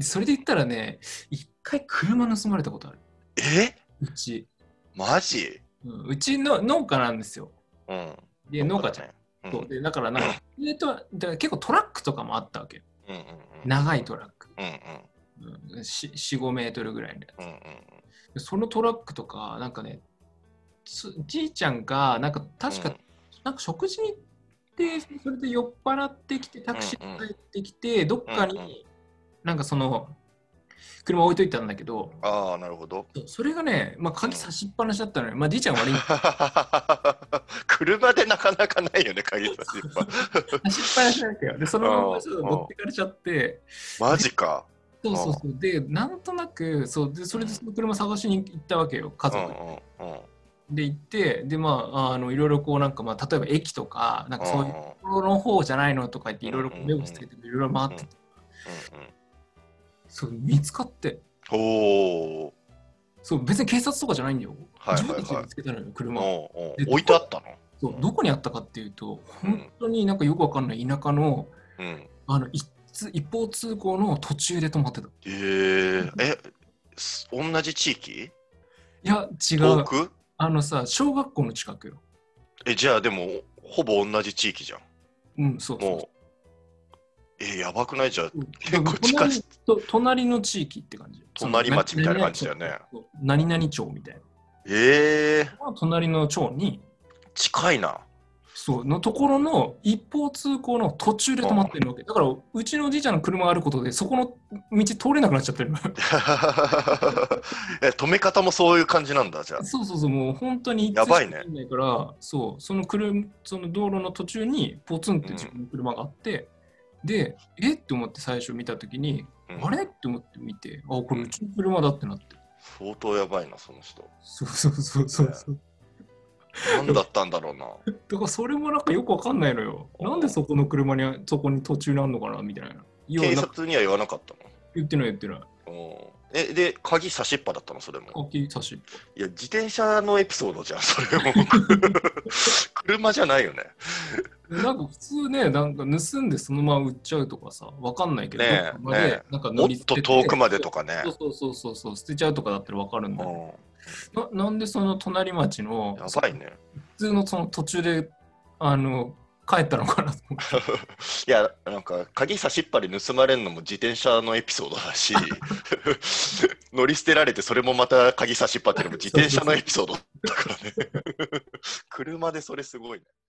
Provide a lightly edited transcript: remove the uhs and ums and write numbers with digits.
でそれで言ったらね、一回車盗まれたことある。 えうち。 マジ？ うちの農家なんですよ。 うん。 で、農家ちゃん。 農家だね。うん。 そうで、だからなんか、だから結構トラックとかもあったわけよ。 うんうん長いトラック。 うんうん 4、5メートルぐらいのやうんうんつ。でそのトラックとか、なんかね、じいちゃんが、なんかうん確か、なんか食事に行って、それで酔っ払ってきて、タクシーで帰ってきて、どっうんうん。 かになんかその、車置いといたんだけど、 ああ、なるほど。 それがね、まあ、鍵差しっぱなしだったのよ。まあ、じいちゃん悪いんだ。 車でなかなかないよね、鍵差しっぱ。 差しっぱなしだけど、で、そのままちょっと持ってかれちゃって、 マで、 ジか。 そうそうそう。で、なんとなく、そうで、それでその車探しに行ったわけよ、家族で。で、行って、で、まあ、いろいろこう、なんか、まあ、例えば駅とか、なんかそういうところの方じゃないのとか言って、いろいろ目をつけて、いろいろ回ってて、そう、見つかって、 おお。 そう、別に警察とかじゃないんだよ。 はい自分たちではいはい。 見つけたのよ、車。で、 置いてあったの？ そう、どこにあったかっていうと、本うん。 当になんかよくわかんない田舎の、 うん。 一方通行の途中で止まってた。 同じ地域？ いや、違う。 遠く？ 小学校の近くよ。 じゃあでも、ほぼ同じ地域じゃん。 うん、そうそうそもう、やばくない？じゃあ、 う。だ結から構近し、 隣の地域って感じ。 隣町みたいな感じだよね。 何々町みたいな。 えー、 隣の町に、 近いな。 そう、のところの一方通行の途中で止まってるわけ。だから、うちのおじいちゃんの車があることで、そこの道通れなくなっちゃってる。 止め方もそういう感じなんだ、じゃあ。 そうそうそう、もう本当に一通しやばいね。 かないから、そう、その道路の途中にポツンって自うん。 分の車があって、で、えって思って最初見たときに、 うん。 あれって思って見て、あ、こうん。 れうちの車だってなって。 相当やばいな、その人。 そうそうそうね、 そうそう。 何だったんだろうな。 だからそれもなんかよくわかんないのよ。なんでそこの車に、そこに途中にあんのかなみたいな。要は警なんか察には言わなかった言ってない言ってない。 の？で、鍵差しっぱだったの、それも？ 鍵差しっいや、自転車のエピソードじゃん、それも。車じゃないよね。 ぱ。なんか普通ね、なんか盗んでそのまま売っちゃうとかさ、わかんないけど、どっかねえ、 までねえ。 なんか乗もっり捨てて、 と遠くまでとかね。 そう、捨てちゃうとかだったらわかるんだけうん。 ど、なんでその隣町の、 やばいね。 普通のその途中で、あの、帰ったのかなと思って。 いや、なんか、鍵差しっぱで盗まれるのも自転車のエピソードだし、乗り捨てられて、それもまた鍵差しっぱっていうのも自転車のエピソードだからね。車でそれすごいね。